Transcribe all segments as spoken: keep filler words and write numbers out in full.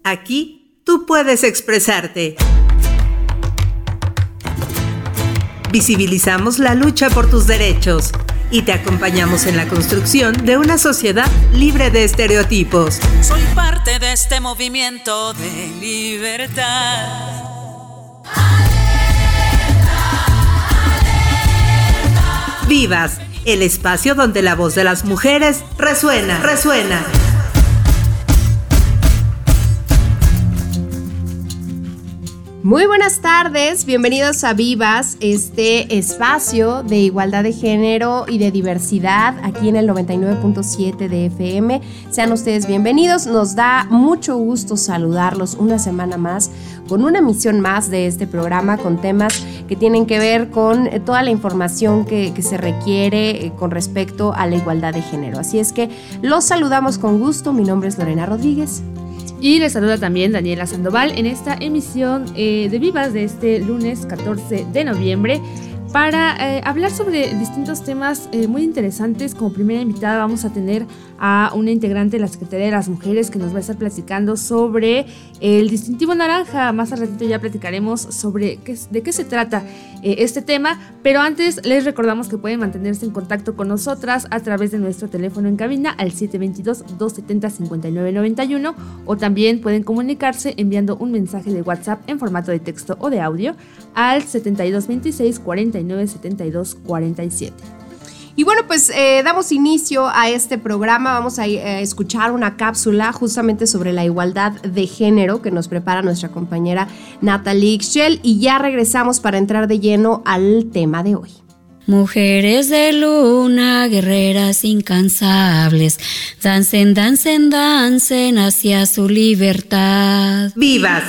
Aquí tú puedes expresarte. Visibilizamos la lucha por tus derechos y te acompañamos en la construcción de una sociedad libre de estereotipos. Soy parte de este movimiento de libertad. Vivas, el espacio donde la voz de las mujeres resuena, resuena. Muy buenas tardes, bienvenidos a Vivas, este espacio de igualdad de género y de diversidad aquí en el noventa y nueve punto siete de F M. Sean ustedes bienvenidos, nos da mucho gusto saludarlos una semana más con una emisión más de este programa con temas que tienen que ver con toda la información que, que se requiere con respecto a la igualdad de género. Así es que los saludamos con gusto, mi nombre es Lorena Rodríguez. Y les saluda también Daniela Sandoval en esta emisión eh, de Vivas de este lunes catorce de noviembre para eh, hablar sobre distintos temas eh, muy interesantes. Como primera invitada vamos a tener a una integrante de la Secretaría de las Mujeres que nos va a estar platicando sobre el distintivo naranja. Más al ratito ya platicaremos sobre qué, de qué se trata eh, este tema, pero antes les recordamos que pueden mantenerse en contacto con nosotras a través de nuestro teléfono en cabina al siete dos dos, dos siete cero, cinco nueve nueve uno, o también pueden comunicarse enviando un mensaje de WhatsApp en formato de texto o de audio al setenta y dos veintiséis, cuarenta y nueve setenta y dos cuarenta y siete. Y bueno, pues eh, damos inicio a este programa. Vamos a eh, escuchar una cápsula justamente sobre la igualdad de género que nos prepara nuestra compañera Natalie Ixchel, y ya regresamos para entrar de lleno al tema de hoy. Mujeres de luna, guerreras incansables, dancen, dancen, dancen hacia su libertad. ¡Vivas!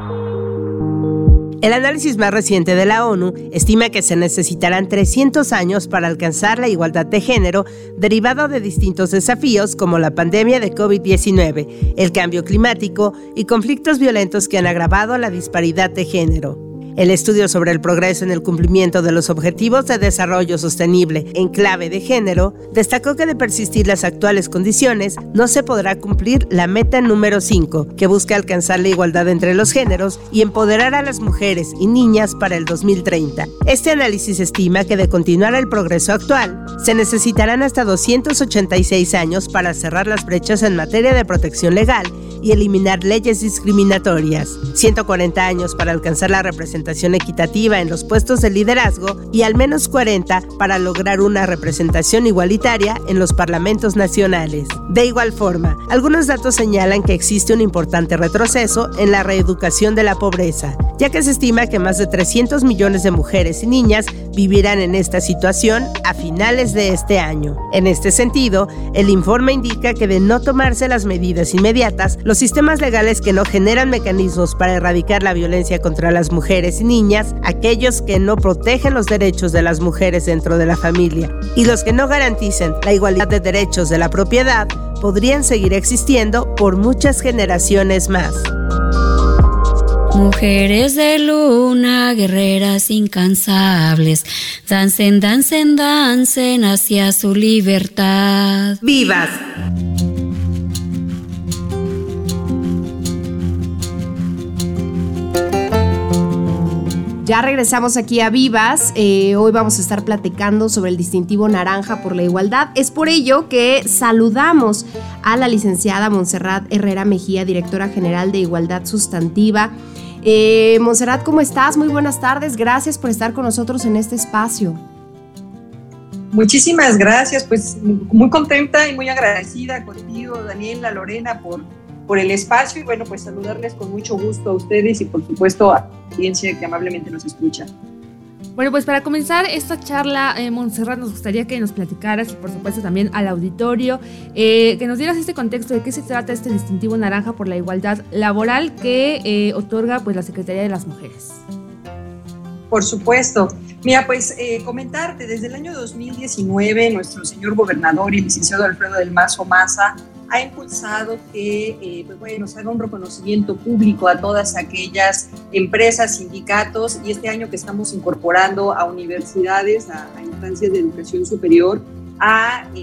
El análisis más reciente de la ONU estima que se necesitarán trescientos años para alcanzar la igualdad de género derivado de distintos desafíos como la pandemia de covid diecinueve, el cambio climático y conflictos violentos que han agravado la disparidad de género. El estudio sobre el progreso en el cumplimiento de los Objetivos de Desarrollo Sostenible en clave de género destacó que de persistir las actuales condiciones no se podrá cumplir la meta número cinco, que busca alcanzar la igualdad entre los géneros y empoderar a las mujeres y niñas para el dos mil treinta. Este análisis estima que de continuar el progreso actual, se necesitarán hasta doscientos ochenta y seis años para cerrar las brechas en materia de protección legal y eliminar leyes discriminatorias, ciento cuarenta años para alcanzar la representación equitativa en los puestos de liderazgo y al menos cuarenta para lograr una representación igualitaria en los parlamentos nacionales. De igual forma, algunos datos señalan que existe un importante retroceso en la reeducación de la pobreza, ya que se estima que más de trescientos millones de mujeres y niñas vivirán en esta situación a finales de este año. En este sentido, el informe indica que de no tomarse las medidas inmediatas, los sistemas legales que no generan mecanismos para erradicar la violencia contra las mujeres y niñas, aquellos que no protegen los derechos de las mujeres dentro de la familia y los que no garanticen la igualdad de derechos de la propiedad, podrían seguir existiendo por muchas generaciones más. Mujeres de luna, guerreras incansables, dancen, dancen, dancen hacia su libertad. ¡Vivas! Ya regresamos aquí a Vivas. Eh, hoy vamos a estar platicando sobre el distintivo naranja por la igualdad. Es por ello que saludamos a la licenciada Montserrat Herrera Mejía, directora general de Igualdad Sustantiva. Eh, Montserrat, ¿cómo estás? Muy buenas tardes. Gracias por estar con nosotros en este espacio. Muchísimas gracias. Pues muy contenta y muy agradecida contigo, Daniela, Lorena, por por el espacio, y bueno, pues saludarles con mucho gusto a ustedes y por supuesto a la audiencia que amablemente nos escucha. Bueno, pues para comenzar esta charla, eh, Montserrat, nos gustaría que nos platicaras y por supuesto también al auditorio, eh, que nos dieras este contexto de qué se trata este distintivo naranja por la igualdad laboral que eh, otorga pues la Secretaría de las Mujeres. Por supuesto. Mira, pues eh, comentarte, desde el año dos mil diecinueve nuestro señor gobernador y licenciado Alfredo del Mazo Maza ha impulsado que eh, pues bueno, se haga un reconocimiento público a todas aquellas empresas, sindicatos, y este año que estamos incorporando a universidades, a, a instancias de educación superior, a eh, pues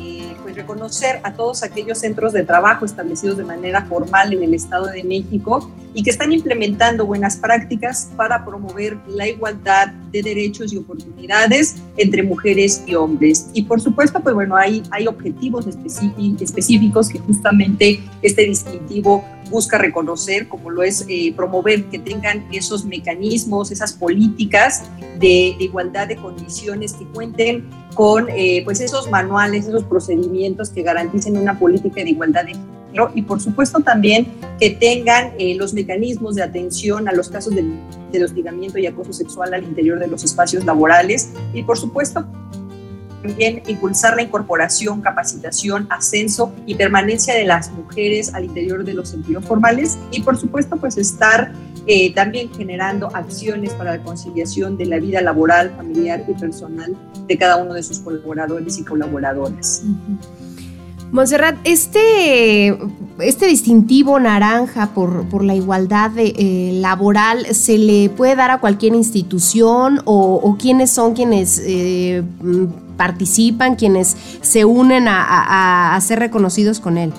pues reconocer a todos aquellos centros de trabajo establecidos de manera formal en el Estado de México y que están implementando buenas prácticas para promover la igualdad de derechos y oportunidades entre mujeres y hombres. Y por supuesto, pues bueno, hay, hay objetivos específicos que justamente este distintivo busca reconocer, como lo es eh, promover que tengan esos mecanismos, esas políticas de, de igualdad de condiciones, que cuenten con eh, pues esos manuales, esos procedimientos que garanticen una política de igualdad de género, y por supuesto también que tengan eh, los mecanismos de atención a los casos de, de hostigamiento y acoso sexual al interior de los espacios laborales, y por supuesto también impulsar la incorporación, capacitación, ascenso y permanencia de las mujeres al interior de los empleos formales, y por supuesto pues estar eh, también generando acciones para la conciliación de la vida laboral, familiar y personal de cada uno de sus colaboradores y colaboradoras. Uh-huh. Montserrat, este, este distintivo naranja por, por la igualdad de, eh, laboral, ¿se le puede dar a cualquier institución o, o quiénes son quienes eh, participan, quienes se unen a, a, a ser reconocidos con él?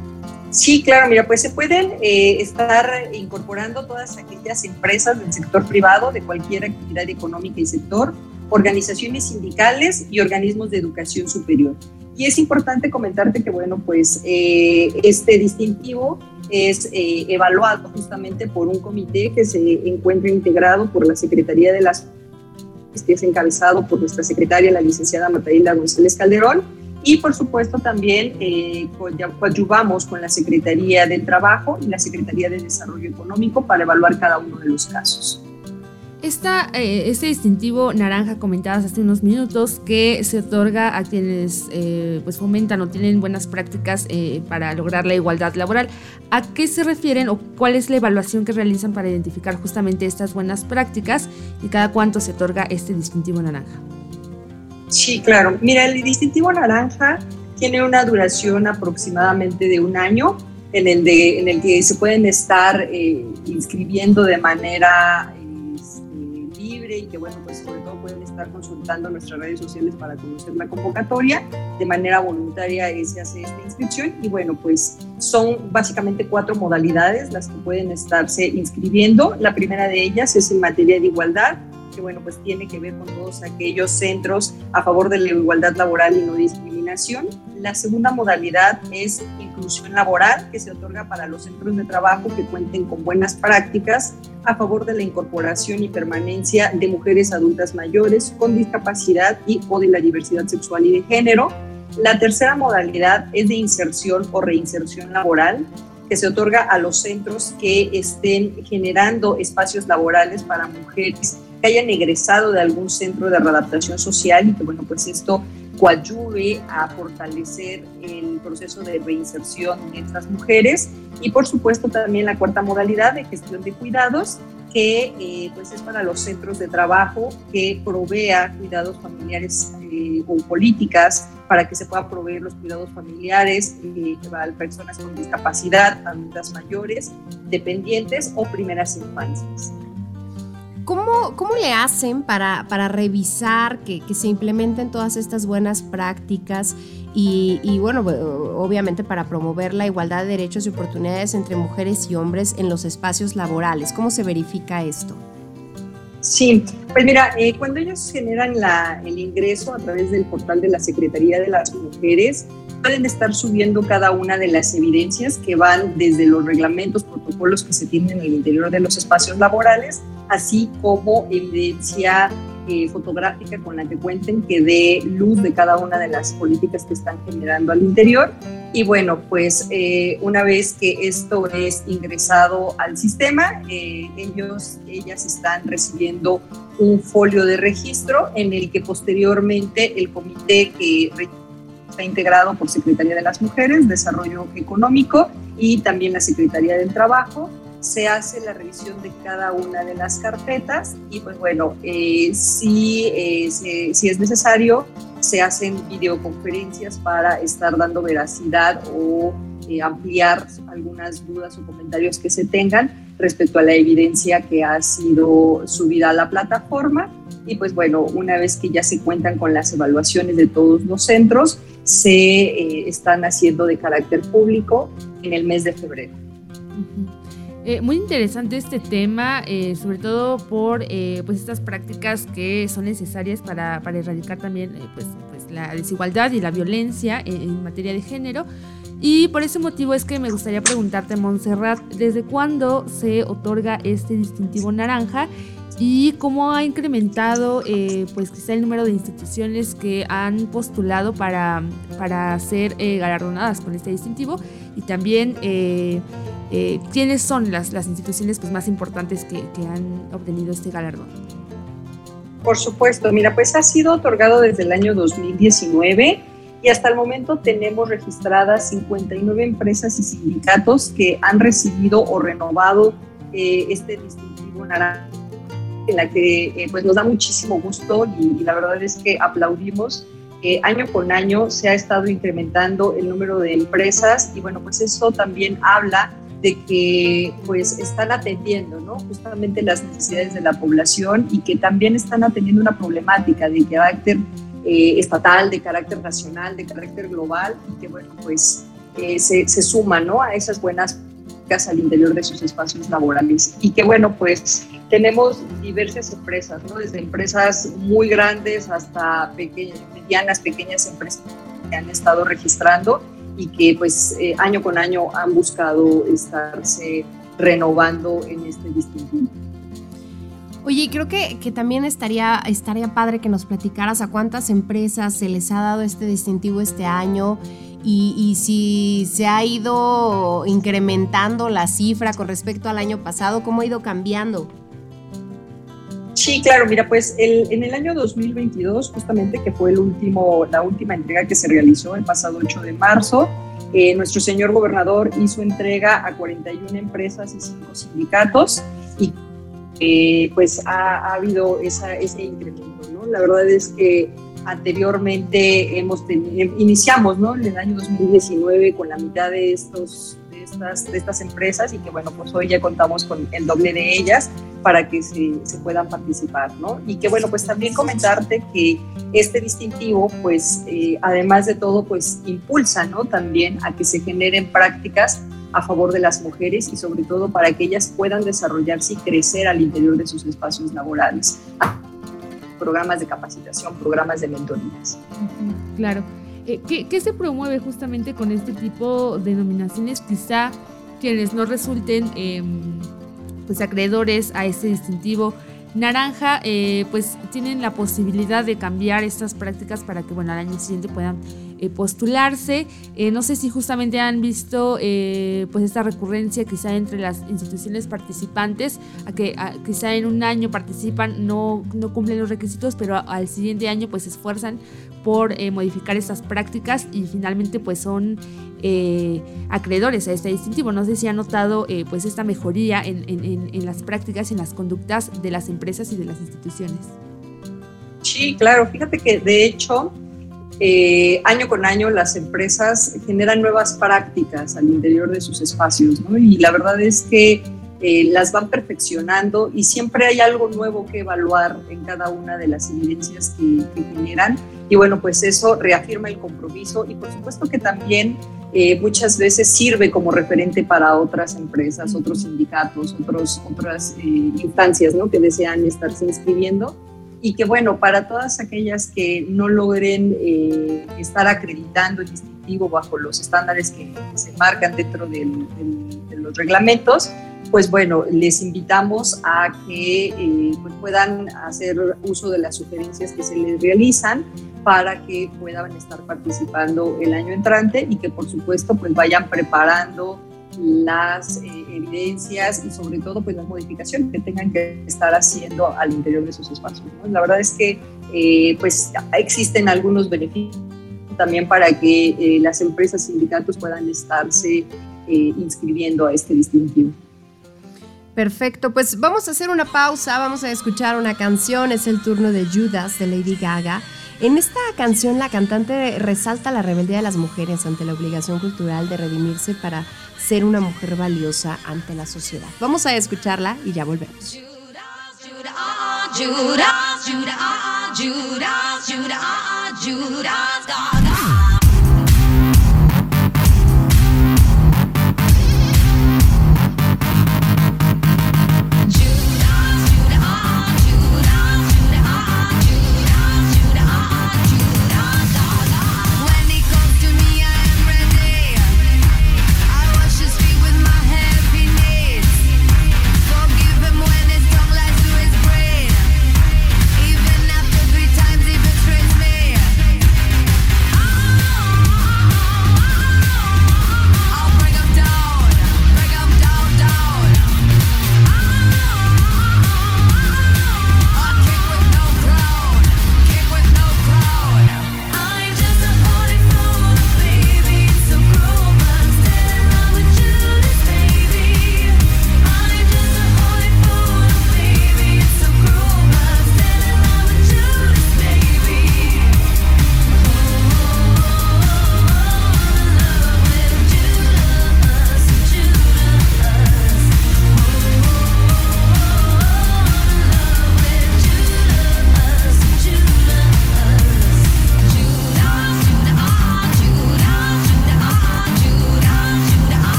Sí, claro, mira, pues se pueden eh, estar incorporando todas aquellas empresas del sector privado, de cualquier actividad económica y sector, organizaciones sindicales y organismos de educación superior. Y es importante comentarte que, bueno, pues eh, este distintivo es eh, evaluado justamente por un comité que se encuentra integrado por la Secretaría de las Mujeres, que es encabezado por nuestra secretaria, la licenciada Marta Hilda González Calderón, y por supuesto también eh, coadyuvamos con la Secretaría del Trabajo y la Secretaría de Desarrollo Económico para evaluar cada uno de los casos. Esta, eh, este distintivo naranja comentabas hace unos minutos que se otorga a quienes eh, pues fomentan o tienen buenas prácticas eh, para lograr la igualdad laboral. ¿A qué se refieren o cuál es la evaluación que realizan para identificar justamente estas buenas prácticas y cada cuánto se otorga este distintivo naranja? Sí, claro. Mira, el distintivo naranja tiene una duración aproximadamente de un año en el, de, en el que se pueden estar eh, inscribiendo de manera y que, bueno, pues sobre todo pueden estar consultando nuestras redes sociales para conocer la convocatoria. De manera voluntaria se hace esta inscripción y, bueno, pues son básicamente cuatro modalidades las que pueden estarse inscribiendo. La primera de ellas es en materia de igualdad, que, bueno, pues tiene que ver con todos aquellos centros a favor de la igualdad laboral y no discriminación. La segunda modalidad es inclusión laboral, que se otorga para los centros de trabajo que cuenten con buenas prácticas a favor de la incorporación y permanencia de mujeres adultas mayores con discapacidad y o de la diversidad sexual y de género. La tercera modalidad es de inserción o reinserción laboral, que se otorga a los centros que estén generando espacios laborales para mujeres que hayan egresado de algún centro de readaptación social y que, bueno, pues esto coadyuve a fortalecer el proceso de reinserción de estas mujeres. Y por supuesto también la cuarta modalidad de gestión de cuidados, que eh, pues es para los centros de trabajo que provea cuidados familiares eh, o políticas para que se puedan proveer los cuidados familiares eh, para personas con discapacidad, adultas mayores, dependientes o primeras infancias. ¿Cómo, cómo le hacen para, para revisar que, que se implementen todas estas buenas prácticas y, y, bueno, obviamente para promover la igualdad de derechos y oportunidades entre mujeres y hombres en los espacios laborales? ¿Cómo se verifica esto? Sí, pues mira, eh, cuando ellos generan la, el ingreso a través del portal de la Secretaría de las Mujeres, pueden estar subiendo cada una de las evidencias que van desde los reglamentos, protocolos que se tienen en el interior de los espacios laborales, así como evidencia eh, fotográfica con la que cuenten que dé luz de cada una de las políticas que están generando al interior. Y bueno, pues eh, una vez que esto es ingresado al sistema, eh, ellos, ellas están recibiendo un folio de registro en el que posteriormente el comité que está integrado por Secretaría de las Mujeres, Desarrollo Económico y también la Secretaría del Trabajo, se hace la revisión de cada una de las carpetas y pues bueno, eh, si, eh, si, si es necesario, se hacen videoconferencias para estar dando veracidad o eh, ampliar algunas dudas o comentarios que se tengan respecto a la evidencia que ha sido subida a la plataforma. Y pues bueno, una vez que ya se cuentan con las evaluaciones de todos los centros, se eh, están haciendo de carácter público en el mes de febrero. Uh-huh. Eh, muy interesante este tema, eh, sobre todo por eh, pues estas prácticas que son necesarias para, para erradicar también eh, pues, pues la desigualdad y la violencia en, en materia de género. Y por ese motivo es que me gustaría preguntarte, Montserrat, ¿desde cuándo se otorga este distintivo naranja? Y cómo ha incrementado eh, pues quizá el número de instituciones que han postulado para, para ser eh, galardonadas con este distintivo, y también eh, eh, quiénes son las, las instituciones pues, más importantes que, que han obtenido este galardón. Por supuesto, mira, pues ha sido otorgado desde el año dos mil diecinueve y hasta el momento tenemos registradas cincuenta y nueve empresas y sindicatos que han recibido o renovado eh, este distintivo naranja, en la que eh, pues nos da muchísimo gusto y, y la verdad es que aplaudimos que año con año se ha estado incrementando el número de empresas y bueno, pues eso también habla de que pues están atendiendo, ¿no?, justamente las necesidades de la población y que también están atendiendo una problemática de carácter eh, estatal, de carácter nacional, de carácter global y que bueno, pues eh, se, se suman, ¿no?, a esas buenas prácticas al interior de sus espacios laborales y que bueno, pues tenemos diversas empresas, ¿no?, desde empresas muy grandes hasta pequeñas, medianas, pequeñas empresas que han estado registrando y que pues eh, año con año han buscado estarse renovando en este distintivo. Oye, creo que, que también estaría, estaría padre que nos platicaras a cuántas empresas se les ha dado este distintivo este año y, y si se ha ido incrementando la cifra con respecto al año pasado, ¿cómo ha ido cambiando? Sí, claro, mira, pues el, en el año dos mil veintidós, justamente que fue el último, la última entrega que se realizó el pasado ocho de marzo, eh, nuestro señor gobernador hizo entrega a cuarenta y una empresas y cinco sindicatos y eh, pues ha, ha habido esa, ese incremento, ¿no? La verdad es que anteriormente hemos tenido, iniciamos, ¿no?, en el año dos mil diecinueve con la mitad de estos de estas, de estas empresas y que bueno, pues hoy ya contamos con el doble de ellas para que se, se puedan participar, ¿no? Y que bueno, pues también comentarte que este distintivo, pues eh, además de todo, pues impulsa, ¿no?, también a que se generen prácticas a favor de las mujeres y sobre todo para que ellas puedan desarrollarse y crecer al interior de sus espacios laborales. Programas de capacitación, programas de mentorías. Claro. Eh, ¿qué, ¿Qué se promueve justamente con este tipo de nominaciones? Quizá quienes no resulten eh, pues acreedores a este distintivo naranja, eh, pues tienen la posibilidad de cambiar estas prácticas para que, bueno, al año siguiente puedan eh, postularse. Eh, no sé si justamente han visto eh, pues esta recurrencia quizá entre las instituciones participantes, a que a, quizá en un año participan, no, no cumplen los requisitos, pero a, al siguiente año pues se esfuerzan por eh, modificar estas prácticas y finalmente pues son eh, acreedores a este distintivo. No sé si han notado eh, pues esta mejoría en, en, en las prácticas y en las conductas de las empresas y de las instituciones. Sí, claro, fíjate que de hecho eh, año con año las empresas generan nuevas prácticas al interior de sus espacios, ¿no? Y la verdad es que eh, las van perfeccionando y siempre hay algo nuevo que evaluar en cada una de las evidencias que, que generan. Y bueno, pues eso reafirma el compromiso y por supuesto que también eh, muchas veces sirve como referente para otras empresas, otros sindicatos, otros, otras eh, instancias, ¿no?, que desean estarse inscribiendo. Y que bueno, para todas aquellas que no logren eh, estar acreditando el distintivo bajo los estándares que se marcan dentro del, del, de los reglamentos, pues bueno, les invitamos a que eh, pues puedan hacer uso de las sugerencias que se les realizan para que puedan estar participando el año entrante y que por supuesto pues vayan preparando las eh, evidencias y sobre todo pues las modificaciones que tengan que estar haciendo al interior de sus espacios, ¿no? La verdad es que eh, pues existen algunos beneficios también para que eh, las empresas y sindicatos puedan estarse eh, inscribiendo a este distintivo. Perfecto, pues vamos a hacer una pausa, vamos a escuchar una canción, es el turno de Judas de Lady Gaga. En esta canción la cantante resalta la rebeldía de las mujeres ante la obligación cultural de redimirse para ser una mujer valiosa ante la sociedad. Vamos a escucharla y ya volvemos. Judas, Judas, Judas, Judas, Judas, Judas, Judas, Judas, Gaga.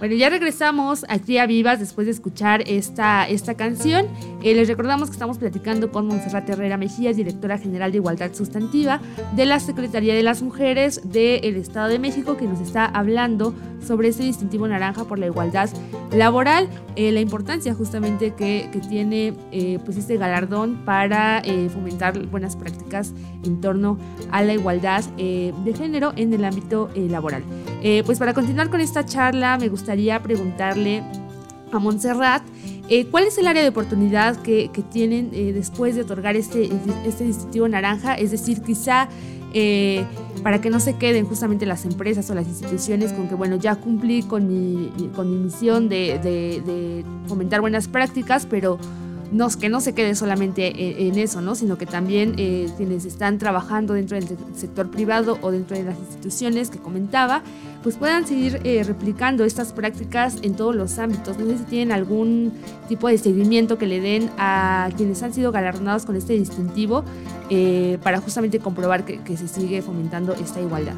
Bueno, ya regresamos aquí a Vivas después de escuchar esta, esta canción. Eh, les recordamos que estamos platicando con Montserrat Herrera Mejías, directora general de Igualdad Sustantiva de la Secretaría de las Mujeres del Estado de México, que nos está hablando sobre este distintivo naranja por la igualdad laboral, eh, la importancia justamente que, que tiene eh, pues este galardón para eh, fomentar buenas prácticas en torno a la igualdad eh, de género en el ámbito eh, laboral. Eh, pues para continuar con esta charla me gustaría preguntarle a Montserrat eh, ¿cuál es el área de oportunidad que, que tienen eh, después de otorgar este, este distintivo naranja? Es decir, quizá eh, para que no se queden justamente las empresas o las instituciones con que, bueno, ya cumplí con mi, con mi misión de, de, de fomentar buenas prácticas, pero no, que no se quede solamente en, en eso, ¿no? Sino que también eh, quienes están trabajando dentro del sector privado o dentro de las instituciones que comentaba, pues puedan seguir eh, replicando estas prácticas en todos los ámbitos. No sé si tienen algún tipo de seguimiento que le den a quienes han sido galardonados con este distintivo eh, para justamente comprobar que, que se sigue fomentando esta igualdad.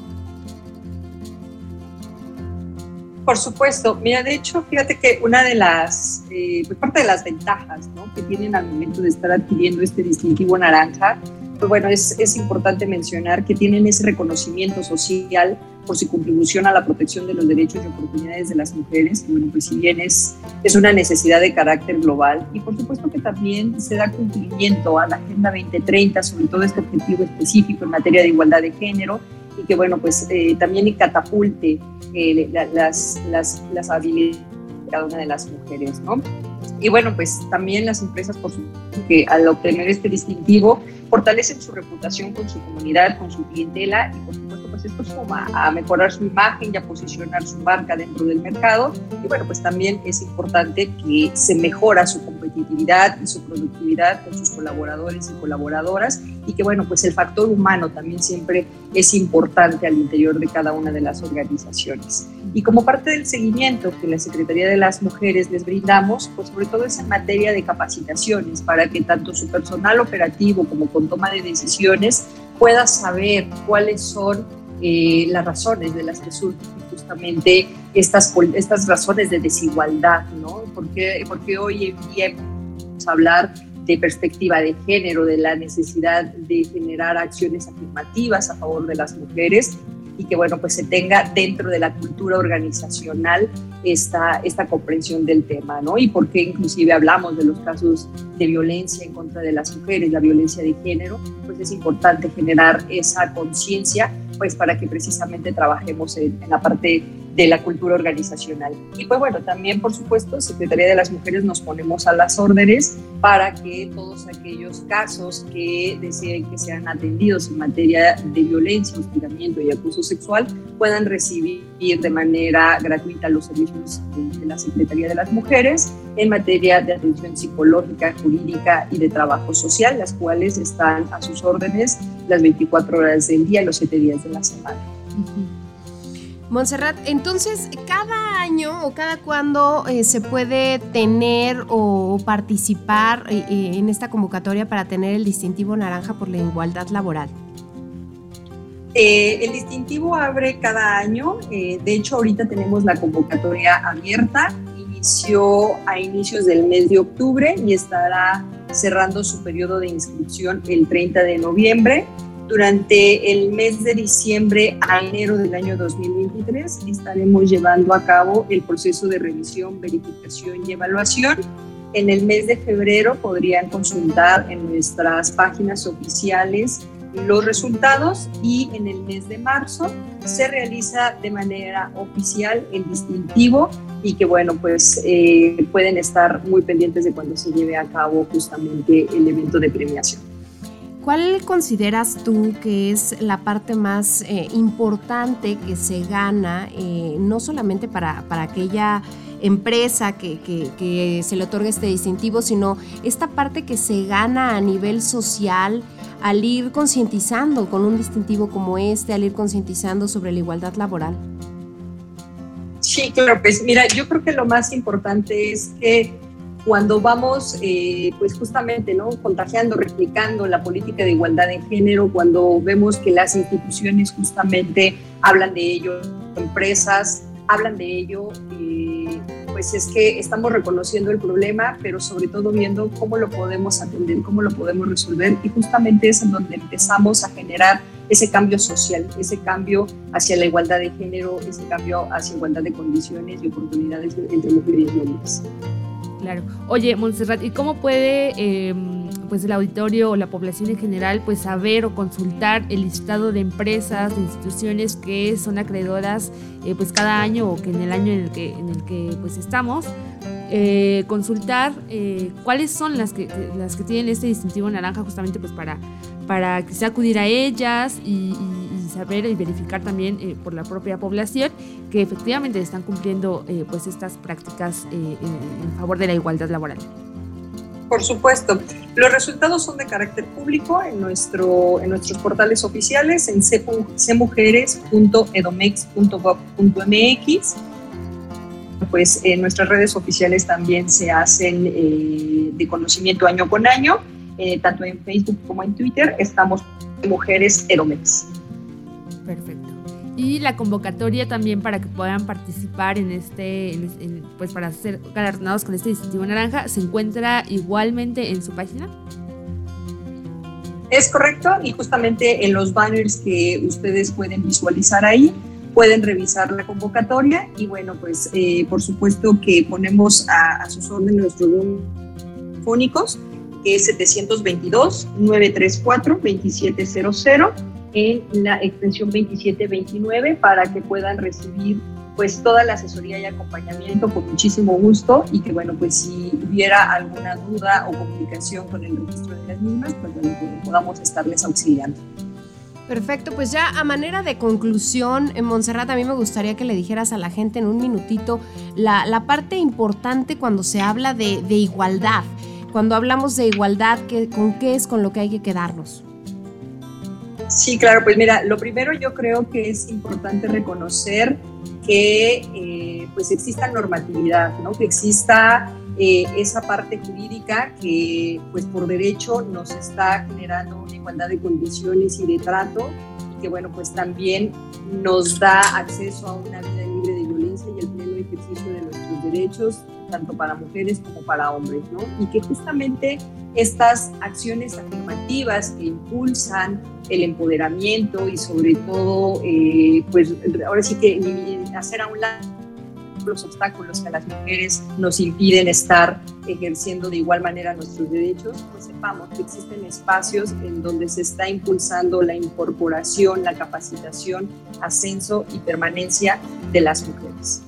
Por supuesto. Mira, de hecho, fíjate que una de las, eh, pues parte de las ventajas, ¿no?, que tienen al momento de estar adquiriendo este distintivo naranja, pues bueno, es, es importante mencionar que tienen ese reconocimiento social por su contribución a la protección de los derechos y oportunidades de las mujeres, que bueno, pues si bien es, es una necesidad de carácter global, y por supuesto que también se da cumplimiento a la Agenda veinte treinta, sobre todo este objetivo específico en materia de igualdad de género, y que bueno, pues eh, también catapulte eh, la, las, las, las habilidades de cada una de las mujeres, ¿no? Y bueno, pues también las empresas, por supuesto, que al obtener este distintivo, fortalecen su reputación con su comunidad, con su clientela, y por supuesto, pues esto suma a mejorar su imagen y a posicionar su marca dentro del mercado. Y bueno, pues también es importante que se mejora su competitividad y su productividad con sus colaboradores y colaboradoras, y que bueno, pues el factor humano también siempre es importante al interior de cada una de las organizaciones. Y como parte del seguimiento que la Secretaría de las Mujeres les brindamos, pues sobre todo es en materia de capacitaciones, para que tanto su personal operativo como con toma de decisiones pueda saber cuáles son eh, las razones de las que surgen justamente estas, estas razones de desigualdad, ¿no? Porque, porque hoy en día vamos a hablar de perspectiva de género, de la necesidad de generar acciones afirmativas a favor de las mujeres, y que bueno, pues se tenga dentro de la cultura organizacional esta, esta comprensión del tema, ¿no? Y por qué inclusive hablamos de los casos de violencia en contra de las mujeres, la violencia de género, pues es importante generar esa conciencia, pues para que precisamente trabajemos en, en la parte de la cultura organizacional. Y pues bueno, también por supuesto, Secretaría de las Mujeres nos ponemos a las órdenes para que todos aquellos casos que deseen que sean atendidos en materia de violencia, hostigamiento y abuso sexual puedan recibir de manera gratuita los servicios de, de la Secretaría de las Mujeres en materia de atención psicológica, jurídica y de trabajo social, las cuales están a sus órdenes las veinticuatro horas del día y los siete días de la semana. Uh-huh. Montserrat, entonces, ¿cada año o cada cuándo eh, se puede tener o participar eh, en esta convocatoria para tener el distintivo naranja por la igualdad laboral? Eh, el distintivo abre cada año, eh, de hecho ahorita tenemos la convocatoria abierta, inició a inicios del mes de octubre y estará cerrando su periodo de inscripción el treinta de noviembre. Durante el mes de diciembre a enero del año dos mil veintitrés estaremos llevando a cabo el proceso de revisión, verificación y evaluación. En el mes de febrero podrían consultar en nuestras páginas oficiales los resultados, y en el mes de marzo se realiza de manera oficial el distintivo, y que bueno, pues eh, pueden estar muy pendientes de cuando se lleve a cabo justamente el evento de premiación. ¿Cuál consideras tú que es la parte más eh, importante que se gana, eh, no solamente para, para aquella empresa que, que, que se le otorga este distintivo, sino esta parte que se gana a nivel social al ir concientizando con un distintivo como este, al ir concientizando sobre la igualdad laboral? Sí, claro, pues mira, yo creo que lo más importante es que cuando vamos, eh, pues justamente, ¿no?, contagiando, replicando la política de igualdad de género, cuando vemos que las instituciones justamente hablan de ello, empresas hablan de ello, eh, pues es que estamos reconociendo el problema, pero sobre todo viendo cómo lo podemos atender, cómo lo podemos resolver, y justamente es en donde empezamos a generar ese cambio social, ese cambio hacia la igualdad de género, ese cambio hacia igualdad de condiciones y oportunidades entre mujeres y hombres. Claro. Oye, Montserrat, ¿y cómo puede eh, pues el auditorio o la población en general pues saber o consultar el listado de empresas, de instituciones que son acreedoras eh, pues cada año o que en el año en el que, en el que pues estamos? Eh, consultar eh, cuáles son las que, las que tienen este distintivo naranja, justamente pues para, para quizá acudir a ellas y, y, y saber y verificar también eh, por la propia población que efectivamente están cumpliendo eh, pues estas prácticas eh, en, en favor de la igualdad laboral. Por supuesto. Los resultados son de carácter público en, nuestro, en nuestros portales oficiales, en c mujeres punto edomex punto gov punto m x. Pues en nuestras redes oficiales también se hacen eh, de conocimiento año con año, eh, tanto en Facebook como en Twitter, estamos Mujeres Edomex. Perfecto. Y la convocatoria también para que puedan participar en este, en, en, pues para ser galardonados con este distintivo naranja, ¿se encuentra igualmente en su página? Es correcto, y justamente en los banners que ustedes pueden visualizar ahí, pueden revisar la convocatoria y bueno, pues eh, por supuesto que ponemos a, a sus órdenes nuestros números telefónicos, que es setecientos veintidós, novecientos treinta y cuatro, veintisiete cero cero, en la extensión veintisiete veintinueve, para que puedan recibir pues toda la asesoría y acompañamiento con muchísimo gusto, y que bueno, pues si hubiera alguna duda o comunicación con el registro de las mismas, pues bueno, pues podamos estarles auxiliando. Perfecto, pues ya a manera de conclusión, en Montserrat, a mí me gustaría que le dijeras a la gente en un minutito la, la parte importante cuando se habla de, de igualdad. Cuando hablamos de igualdad, ¿qué, ¿con qué es con lo que hay que quedarnos? Sí, claro, pues mira, lo primero yo creo que es importante reconocer que eh, pues exista normatividad, ¿no? Que exista eh, esa parte jurídica que pues por derecho nos está generando una igualdad de condiciones y de trato, y que bueno, pues también nos da acceso a una vida libre de violencia y el pleno ejercicio de nuestros derechos, tanto para mujeres como para hombres, ¿no? Y que justamente estas acciones afirmativas que impulsan el empoderamiento y sobre todo, eh, pues ahora sí que hacer a un lado los obstáculos que a las mujeres nos impiden estar ejerciendo de igual manera nuestros derechos, pues sepamos que existen espacios en donde se está impulsando la incorporación, la capacitación, ascenso y permanencia de las mujeres.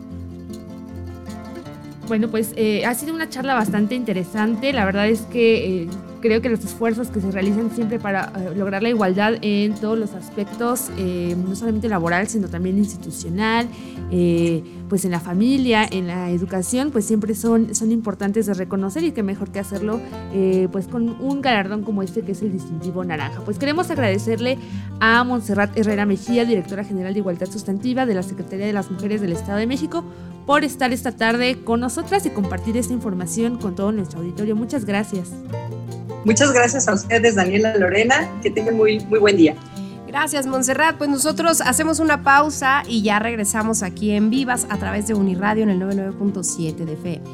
Bueno, pues eh, ha sido una charla bastante interesante. La verdad es que eh, creo que los esfuerzos que se realizan siempre para eh, lograr la igualdad en todos los aspectos, eh, no solamente laboral, sino también institucional, eh, pues en la familia, en la educación, pues siempre son, son importantes de reconocer, y que mejor que hacerlo eh, pues con un galardón como este, que es el distintivo naranja. Pues queremos agradecerle a Montserrat Herrera Mejía, directora general de Igualdad Sustantiva de la Secretaría de las Mujeres del Estado de México, por estar esta tarde con nosotras y compartir esta información con todo nuestro auditorio. Muchas gracias. Muchas gracias a ustedes, Daniela, Lorena, que tengan muy, muy buen día. Gracias, Montserrat. Pues nosotros hacemos una pausa y ya regresamos aquí en Vivas a través de Uniradio en el noventa y nueve punto siete de F M.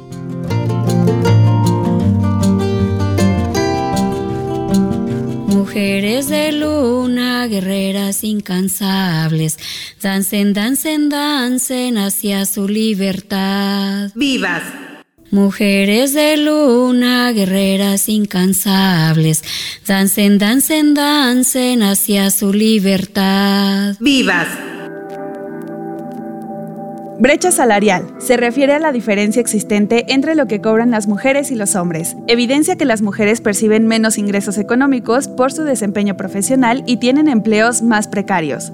Mujeres de luna, guerreras incansables, dancen, dancen, dancen hacia su libertad. ¡Vivas! Mujeres de luna, guerreras incansables, dancen, dancen, dancen hacia su libertad. ¡Vivas! Brecha salarial. Se refiere a la diferencia existente entre lo que cobran las mujeres y los hombres. Evidencia que las mujeres perciben menos ingresos económicos por su desempeño profesional y tienen empleos más precarios.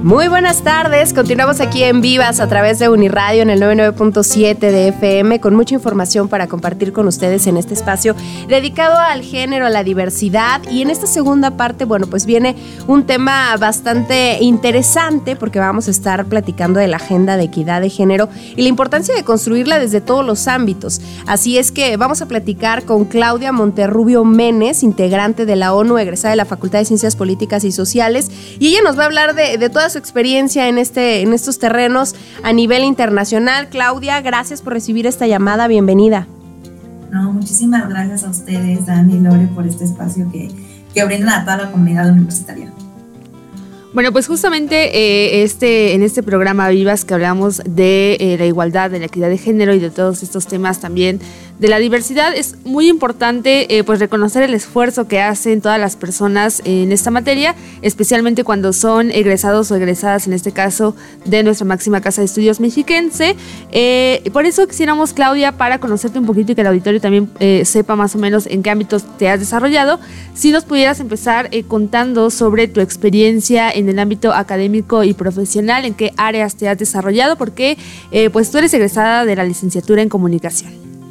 Muy buenas tardes, continuamos aquí en Vivas a través de Uniradio en el noventa y nueve punto siete de F M con mucha información para compartir con ustedes en este espacio dedicado al género, a la diversidad, y en esta segunda parte, bueno, pues viene un tema bastante interesante porque vamos a estar platicando de la agenda de equidad de género y la importancia de construirla desde todos los ámbitos. Así es que vamos a platicar con Claudia Monterrubio Menes, integrante de la ONU, egresada de la Facultad de Ciencias Políticas y Sociales, y ella nos va a hablar de, de todas su experiencia en este en estos terrenos a nivel internacional. Claudia, gracias por recibir esta llamada, bienvenida. No, muchísimas gracias a ustedes, Dani y Lore, por este espacio que, que brindan a toda la comunidad universitaria. Bueno, pues justamente eh, este, en este programa Vivas que hablamos de eh, la igualdad, de la equidad de género y de todos estos temas también de la diversidad, es muy importante eh, pues reconocer el esfuerzo que hacen todas las personas en esta materia, especialmente cuando son egresados o egresadas, en este caso, de nuestra máxima casa de estudios mexiquense. Eh, por eso quisiéramos, Claudia, para conocerte un poquito y que el auditorio también eh, sepa más o menos en qué ámbitos te has desarrollado, si nos pudieras empezar eh, contando sobre tu experiencia en el ámbito académico y profesional, en qué áreas te has desarrollado, porque eh, pues tú eres egresada de la licenciatura en comunicación.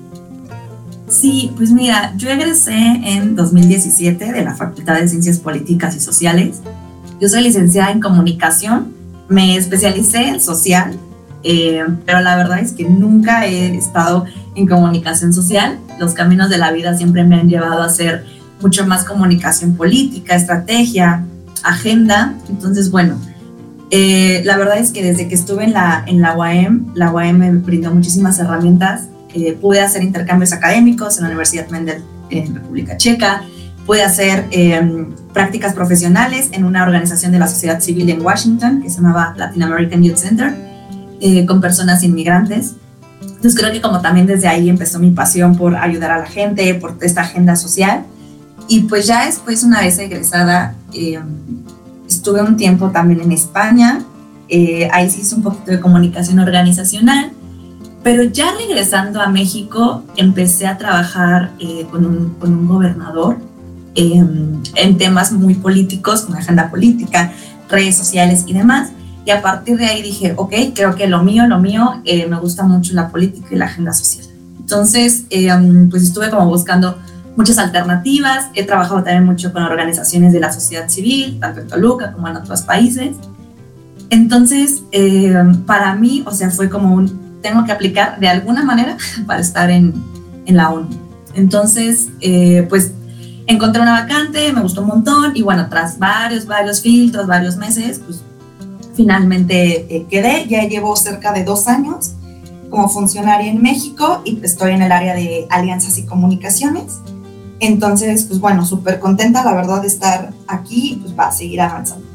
Sí, pues mira, yo egresé en dos mil diecisiete de la Facultad de Ciencias Políticas y Sociales. Yo soy licenciada en comunicación, me especialicé en social, eh, pero la verdad es que nunca he estado en comunicación social. Los caminos de la vida siempre me han llevado a hacer mucho más comunicación política, estrategia, agenda. Entonces, bueno, eh, la verdad es que desde que estuve en la, en la U A M, la U A M me brindó muchísimas herramientas. Eh, pude hacer intercambios académicos en la Universidad Mendel en República Checa, pude hacer eh, prácticas profesionales en una organización de la sociedad civil en Washington que se llamaba Latin American Youth Center, eh, con personas inmigrantes. Entonces creo que como también desde ahí empezó mi pasión por ayudar a la gente, por esta agenda social. Y pues ya después, una vez egresada, eh, estuve un tiempo también en España, eh, ahí sí hice un poquito de comunicación organizacional. Pero ya regresando a México, empecé a trabajar eh, con, un, con un gobernador eh, en temas muy políticos, con agenda política, redes sociales y demás. Y a partir de ahí dije, ok, creo que lo mío, lo mío, eh, me gusta mucho la política y la agenda social. Entonces, eh, pues estuve como buscando muchas alternativas. He trabajado también mucho con organizaciones de la sociedad civil, tanto en Toluca como en otros países. Entonces, eh, para mí, o sea, fue como un tengo que aplicar de alguna manera para estar en, en la ONU. Entonces, eh, pues encontré una vacante, me gustó un montón y bueno, tras varios, varios filtros, varios meses, pues finalmente eh, quedé. Ya llevo cerca de dos años como funcionaria en México y estoy en el área de alianzas y comunicaciones. Entonces, pues bueno, súper contenta, la verdad, de estar aquí y pues va a seguir avanzando.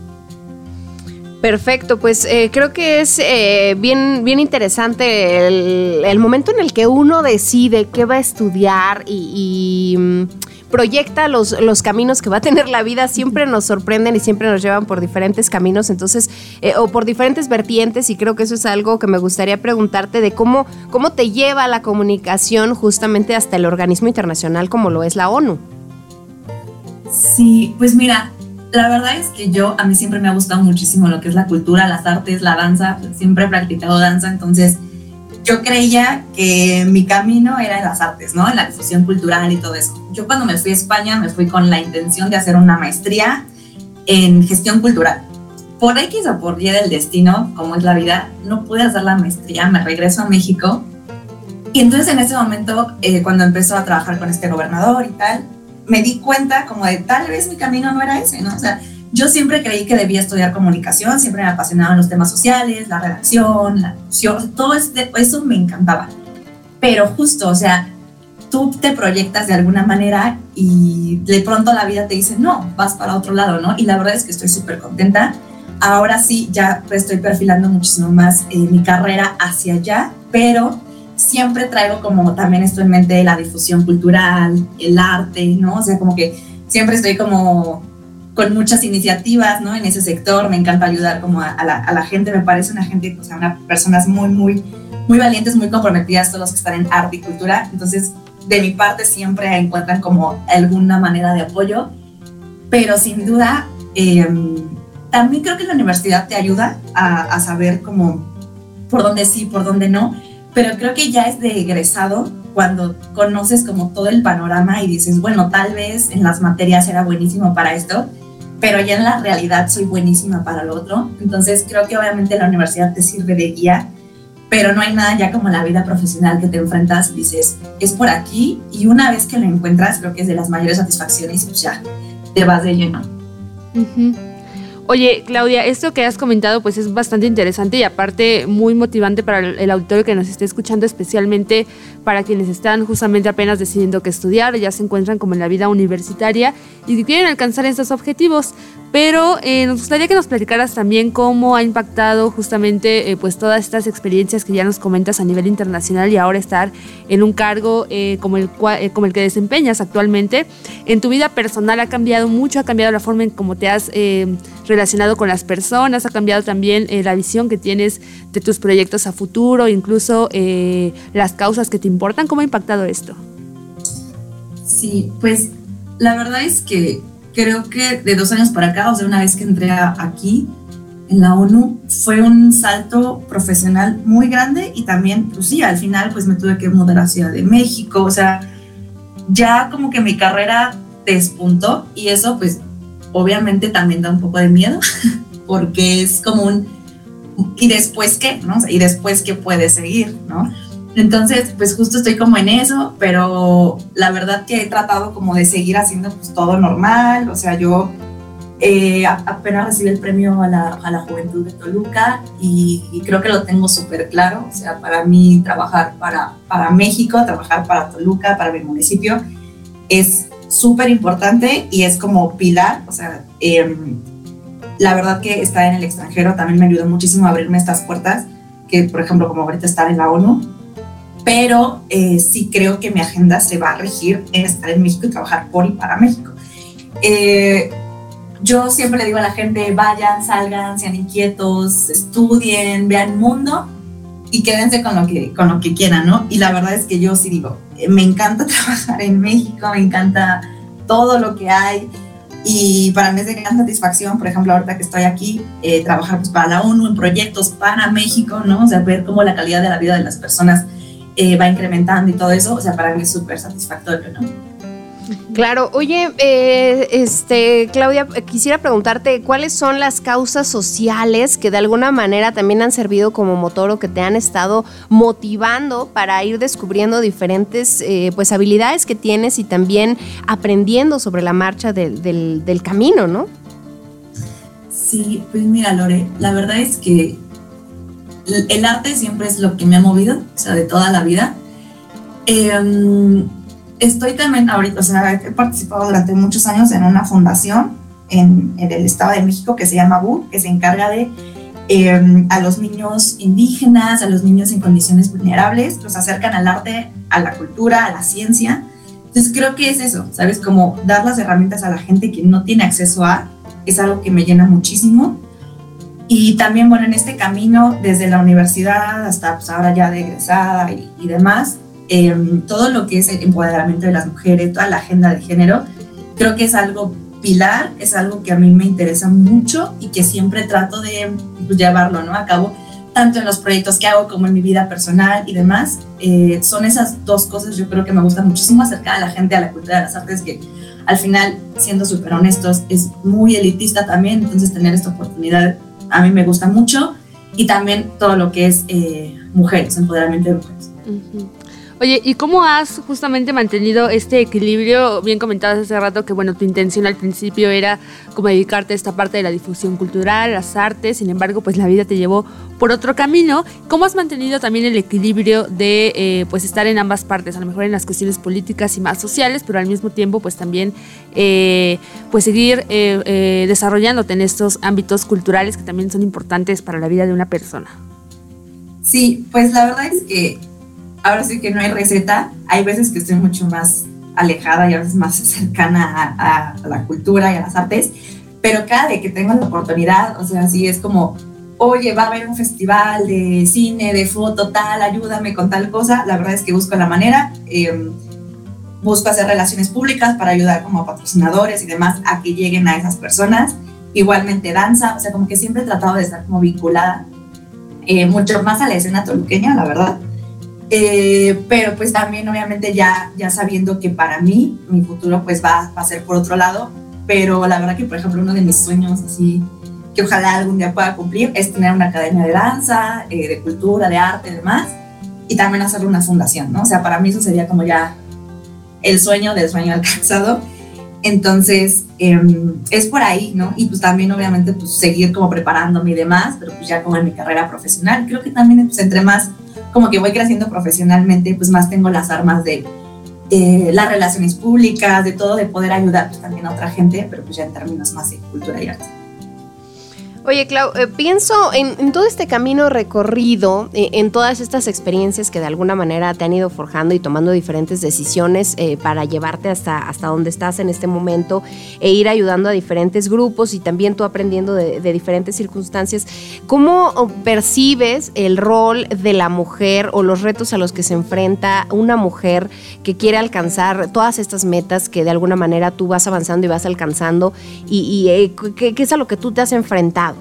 Perfecto, pues eh, creo que es eh, bien, bien interesante el, el momento en el que uno decide qué va a estudiar y, y proyecta los, los caminos que va a tener la vida. Siempre nos sorprenden y siempre nos llevan por diferentes caminos, entonces, eh, o por diferentes vertientes, y creo que eso es algo que me gustaría preguntarte de cómo, cómo te lleva la comunicación justamente hasta el organismo internacional como lo es la ONU. Sí, pues mira, la verdad es que yo, a mí siempre me ha gustado muchísimo lo que es la cultura, las artes, la danza. Siempre he practicado danza, entonces yo creía que mi camino era en las artes, ¿no? En la difusión cultural y todo eso. Yo cuando me fui a España me fui con la intención de hacer una maestría en gestión cultural. Por X o por Y del destino, como es la vida, no pude hacer la maestría, me regreso a México. Y entonces en ese momento, eh, cuando empezó a trabajar con este gobernador y tal, me di cuenta como de tal vez mi camino no era ese, ¿no? O sea, yo siempre creí que debía estudiar comunicación, siempre me apasionaban los temas sociales, la redacción, la difusión, todo este, eso me encantaba. Pero justo, o sea, tú te proyectas de alguna manera y de pronto la vida te dice, no, vas para otro lado, ¿no? Y la verdad es que estoy súper contenta. Ahora sí, ya estoy perfilando muchísimo más eh, mi carrera hacia allá, pero siempre traigo como también esto en mente, la difusión cultural, el arte, ¿no? O sea, como que siempre estoy como con muchas iniciativas, ¿no? En ese sector, me encanta ayudar como a, a, la, a la gente, me parece una gente, o sea, unas personas muy, muy, muy valientes, muy comprometidas, todos los que están en arte y cultura. Entonces, de mi parte siempre encuentran como alguna manera de apoyo, pero sin duda, eh, también creo que la universidad te ayuda a, a saber cómo, por dónde sí, por dónde no, pero creo que ya es de egresado cuando conoces como todo el panorama y dices, bueno, tal vez en las materias era buenísimo para esto, pero ya en la realidad soy buenísima para lo otro. Entonces creo que obviamente la universidad te sirve de guía, pero no hay nada ya como la vida profesional que te enfrentas y dices, es por aquí, y una vez que lo encuentras, creo que es de las mayores satisfacciones y pues ya te vas de lleno. Uh-huh. Oye, Claudia, esto que has comentado pues es bastante interesante y aparte muy motivante para el auditorio que nos esté escuchando, especialmente para quienes están justamente apenas decidiendo qué estudiar, ya se encuentran como en la vida universitaria y quieren alcanzar estos objetivos. Pero eh, nos gustaría que nos platicaras también cómo ha impactado justamente eh, pues todas estas experiencias que ya nos comentas a nivel internacional y ahora estar en un cargo eh, como, el cual, eh, como el que desempeñas actualmente. En tu vida personal ha cambiado mucho, ha cambiado la forma en cómo te has eh, relacionado con las personas, ha cambiado también eh, la visión que tienes de tus proyectos a futuro, incluso eh, las causas que te importan. ¿Cómo ha impactado esto? Sí, pues la verdad es que creo que de dos años para acá, o sea, una vez que entré a, aquí en la ONU, fue un salto profesional muy grande y también, pues sí, al final pues me tuve que mudar a Ciudad de México, o sea, ya como que mi carrera despuntó y eso pues obviamente también da un poco de miedo porque es como un ¿y después qué? ¿No? O sea, ¿y después qué puede seguir? ¿No? Entonces, pues justo estoy como en eso, pero la verdad que he tratado como de seguir haciendo pues todo normal, o sea, yo eh, apenas recibí el premio a la, a la Juventud de Toluca y, y creo que lo tengo súper claro, o sea, para mí trabajar para, para México, trabajar para Toluca, para mi municipio, es súper importante y es como pilar, o sea, eh, la verdad que estar en el extranjero también me ayudó muchísimo a abrirme estas puertas, que por ejemplo como ahorita estar en la ONU, pero eh, sí creo que mi agenda se va a regir en estar en México y trabajar por y para México. Eh, yo siempre le digo a la gente, vayan, salgan, sean inquietos, estudien, vean mundo y quédense con lo que, con lo que quieran, ¿no? Y la verdad es que yo sí digo, eh, me encanta trabajar en México, me encanta todo lo que hay y para mí es de gran satisfacción, por ejemplo, ahorita que estoy aquí, eh, trabajar pues, para la ONU en proyectos para México, ¿no? O sea, ver cómo la calidad de la vida de las personas Eh, va incrementando y todo eso, o sea, para mí es súper satisfactorio, ¿no? Claro. Oye, eh, este, Claudia, quisiera preguntarte cuáles son las causas sociales que de alguna manera también han servido como motor o que te han estado motivando para ir descubriendo diferentes eh, pues habilidades que tienes y también aprendiendo sobre la marcha de, del, del camino, ¿no? Sí, pues mira, Lore, la verdad es que el arte siempre es lo que me ha movido, o sea, de toda la vida. Eh, estoy también ahorita, o sea, he participado durante muchos años en una fundación en, en el Estado de México que se llama B U, que se encarga de eh, a los niños indígenas, a los niños en condiciones vulnerables, los acercan al arte, a la cultura, a la ciencia. Entonces creo que es eso, ¿sabes? Como dar las herramientas a la gente que no tiene acceso a, es algo que me llena muchísimo. Y también, bueno, en este camino, desde la universidad hasta pues, ahora ya de egresada y, y demás, eh, todo lo que es el empoderamiento de las mujeres, toda la agenda de género, creo que es algo pilar, es algo que a mí me interesa mucho y que siempre trato de pues, llevarlo, ¿no? a cabo, tanto en los proyectos que hago como en mi vida personal y demás. Eh, son esas dos cosas, yo creo que me gusta muchísimo acercar a la gente a la cultura de las artes, que al final, siendo súper honestos, es muy elitista también, entonces tener esta oportunidad a mí me gusta mucho, y también todo lo que es eh, mujeres, empoderamiento de mujeres. Uh-huh. Oye, ¿y cómo has justamente mantenido este equilibrio? Bien comentabas hace rato que, bueno, tu intención al principio era como dedicarte a esta parte de la difusión cultural, las artes, sin embargo, pues la vida te llevó por otro camino. ¿Cómo has mantenido también el equilibrio de, eh, pues, estar en ambas partes? A lo mejor en las cuestiones políticas y más sociales, pero al mismo tiempo, pues, también, eh, pues, seguir eh, eh, desarrollándote en estos ámbitos culturales que también son importantes para la vida de una persona. Sí, pues la verdad es que ahora sí que no hay receta. Hay veces que estoy mucho más alejada y a veces más cercana a, a, a la cultura y a las artes, pero cada vez que tengo la oportunidad, o sea, sí es como, oye, va a haber un festival de cine, de foto, tal, ayúdame con tal cosa. La verdad es que busco la manera, eh, busco hacer relaciones públicas para ayudar como patrocinadores y demás a que lleguen a esas personas. igualmente danza, o sea, como que siempre he tratado de estar como vinculada eh, mucho más a la escena toluqueña, la verdad. Eh, pero pues también obviamente ya, ya sabiendo que para mí mi futuro pues va, va a ser por otro lado, pero la verdad que por ejemplo uno de mis sueños así que ojalá algún día pueda cumplir es tener una academia de danza, eh, de cultura, de arte y demás, y también hacer una fundación, ¿no? O sea, para mí eso sería como ya el sueño del sueño alcanzado. Entonces eh, es por ahí, ¿no? Y pues también obviamente pues seguir como preparándome y demás, pero pues ya como en mi carrera profesional, creo que también pues entre más como que voy creciendo profesionalmente, pues más tengo las armas de eh, las relaciones públicas, de todo, de poder ayudar pues también a otra gente, pero pues ya en términos más de cultura y arte. Oye, Clau, eh, pienso en, en todo este camino recorrido, eh, en todas estas experiencias que de alguna manera te han ido forjando y tomando diferentes decisiones eh, para llevarte hasta, hasta donde estás en este momento e ir ayudando a diferentes grupos y también tú aprendiendo de, de diferentes circunstancias. ¿Cómo percibes el rol de la mujer o los retos a los que se enfrenta una mujer que quiere alcanzar todas estas metas que de alguna manera tú vas avanzando y vas alcanzando y, y eh, ¿qué, qué es a lo que tú te has enfrentado?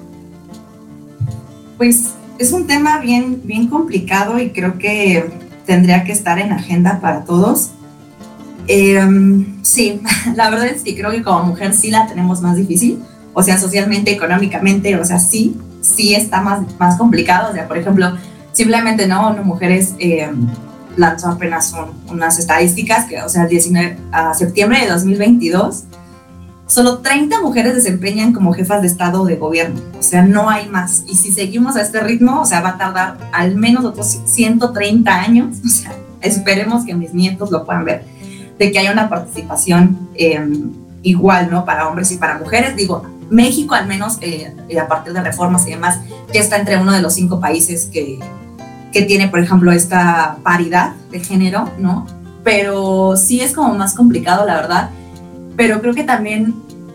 Pues es un tema bien, bien complicado y creo que tendría que estar en agenda para todos. Eh, sí, la verdad es que creo que como mujer sí la tenemos más difícil, o sea, socialmente, económicamente, o sea, sí, sí está más, más complicado. O sea, por ejemplo, simplemente, ¿no? Una Mujeres eh, lanzó apenas un, unas estadísticas que, o sea, el diecinueve a septiembre de dos mil veintidós, solo treinta mujeres desempeñan como jefas de Estado o de gobierno, o sea, no hay más. Y si seguimos a este ritmo, o sea, va a tardar al menos otros ciento treinta años, o sea, esperemos que mis nietos lo puedan ver, de que haya una participación eh, igual, ¿no? Para hombres y para mujeres. Digo, México al menos, eh, a partir de reformas y demás, ya está entre uno de los cinco países que, que tiene, por ejemplo, esta paridad de género, ¿no? Pero sí es como más complicado, la verdad. Pero creo que también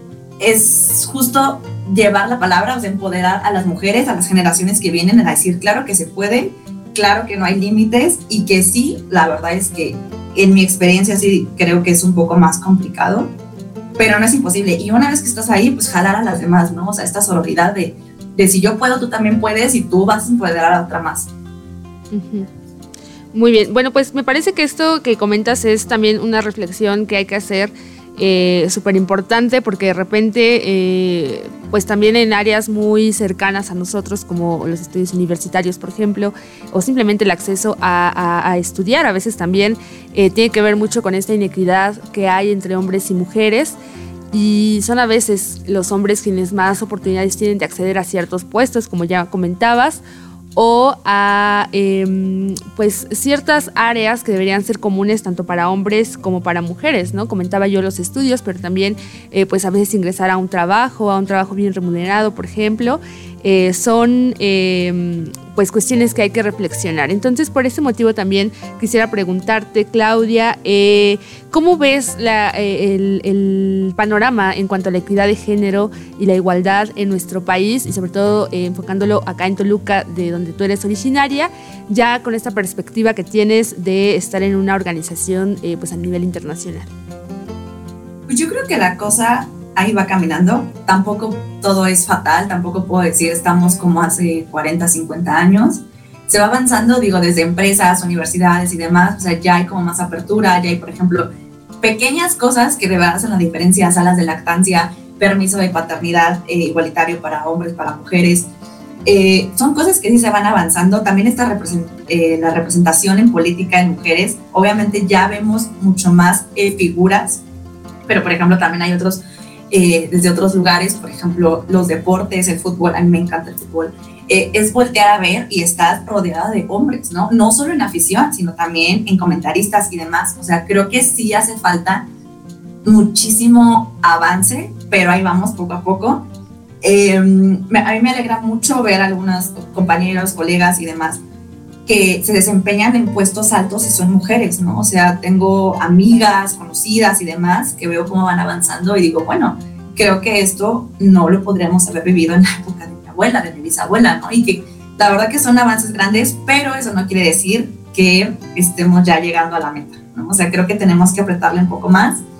es justo llevar la palabra, o sea, empoderar a las mujeres, a las generaciones que vienen, a decir, claro que se puede, claro que no hay límites, y que sí, la verdad es que en mi experiencia sí creo que es un poco más complicado, pero no es imposible. Y una vez que estás ahí, pues jalar a las demás, ¿no? O sea, esta sororidad de, de si yo puedo, tú también puedes, y tú vas a empoderar a otra más. Uh-huh. Muy bien, bueno, pues me parece que esto que comentas es también una reflexión que hay que hacer Eh, súper importante, porque de repente eh, pues también en áreas muy cercanas a nosotros como los estudios universitarios, por ejemplo, o simplemente el acceso a, a, a estudiar, a veces también eh, tiene que ver mucho con esta inequidad que hay entre hombres y mujeres, y son a veces los hombres quienes más oportunidades tienen de acceder a ciertos puestos, como ya comentabas, o a eh, pues ciertas áreas que deberían ser comunes tanto para hombres como para mujeres, ¿no? Comentaba yo los estudios, pero también eh, pues a veces ingresar a un trabajo, a un trabajo bien remunerado, por ejemplo, eh, son eh, pues cuestiones que hay que reflexionar. Entonces, por ese motivo también quisiera preguntarte, Claudia, eh, ¿cómo ves la, eh, el, el panorama en cuanto a la equidad de género y la igualdad en nuestro país, y sobre todo eh, enfocándolo acá en Toluca, de donde tú eres originaria, ya con esta perspectiva que tienes de estar en una organización eh, pues a nivel internacional? Pues yo creo que la cosa ahí va caminando, tampoco todo es fatal, tampoco puedo decir estamos como hace cuarenta, cincuenta años, se va avanzando, digo, desde empresas, universidades y demás, o sea, ya hay como más apertura, ya hay, por ejemplo, pequeñas cosas que de verdad hacen la diferencia, salas de lactancia, permiso de paternidad eh, igualitario para hombres, para mujeres, eh, son cosas que sí se van avanzando. También esta represent- eh, la representación en política en mujeres, obviamente ya vemos mucho más eh, figuras, pero por ejemplo también hay otros Eh, desde otros lugares, por ejemplo, los deportes, el fútbol, a mí me encanta el fútbol, eh, es voltear a ver y estás rodeada de hombres, ¿no? No solo en afición, sino también en comentaristas y demás. O sea, creo que sí hace falta muchísimo avance, pero ahí vamos poco a poco. Eh, a mí me alegra mucho ver a algunos compañeros, colegas y demás que se desempeñan en puestos altos y son mujeres, ¿no? O sea, tengo amigas, conocidas y demás que veo cómo van avanzando y digo, bueno, creo que esto no lo podríamos haber vivido en la época de mi abuela, de mi bisabuela, ¿no? Y que la verdad que son avances grandes, pero eso no quiere decir que estemos ya llegando a la meta, ¿no? O sea, creo que tenemos que apretarle un poco más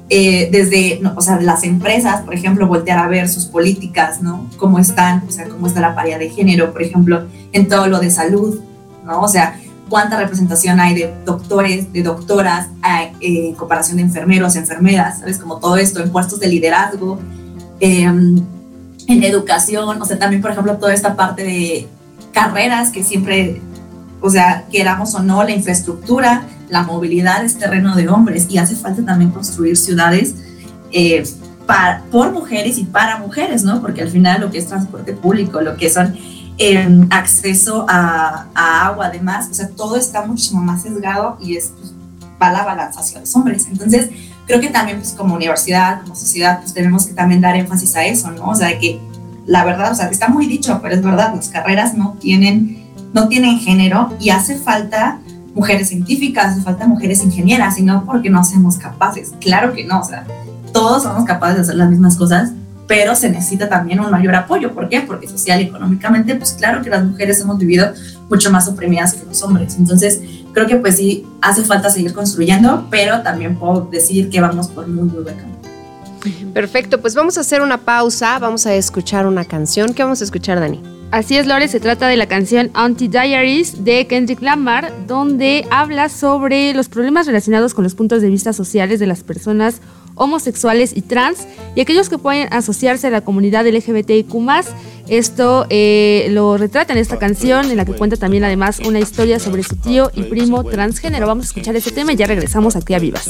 eh, desde, no, o sea, las empresas, por ejemplo, voltear a ver sus políticas, ¿no? Cómo están, o sea, cómo está la paridad de género, por ejemplo, en todo lo de salud, ¿no? O sea, cuánta representación hay de doctores, de doctoras, eh, en comparación de enfermeros, enfermeras, ¿sabes? Como todo esto, en puestos de liderazgo, eh, en educación, o sea, también, por ejemplo, toda esta parte de carreras que siempre, o sea, queramos o no, la infraestructura, la movilidad es terreno de hombres y hace falta también construir ciudades eh, para, por mujeres y para mujeres, ¿no? Porque al final lo que es transporte público, lo que son eh, acceso a, a agua, además, o sea, todo está muchísimo más sesgado y es, pues, va la balanza hacia los hombres. Entonces, creo que también, pues, como universidad, como sociedad, pues tenemos que también dar énfasis a eso, ¿no? O sea, que la verdad, o sea, está muy dicho, pero es verdad, las carreras no tienen, no tienen género y hace falta mujeres científicas, hace falta mujeres ingenieras, y no porque no seamos capaces, claro que no, o sea, todos somos capaces de hacer las mismas cosas, pero se necesita también un mayor apoyo. ¿Por qué? Porque social y económicamente, pues claro que las mujeres hemos vivido mucho más oprimidas que los hombres. Entonces, creo que pues sí, hace falta seguir construyendo, pero también puedo decir que vamos por muy, muy buen camino. Perfecto, pues vamos a hacer una pausa, vamos a escuchar una canción. ¿Qué vamos a escuchar, Dani? Así es, Lore, se trata de la canción Auntie Diaries de Kendrick Lamar, donde habla sobre los problemas relacionados con los puntos de vista sociales de las personas homosexuales y trans y aquellos que pueden asociarse a la comunidad L G B T I Q más. Esto eh, lo retrata en esta canción, en la que cuenta también además una historia sobre su tío y primo transgénero. Vamos a escuchar ese tema y ya regresamos aquí a Vivas.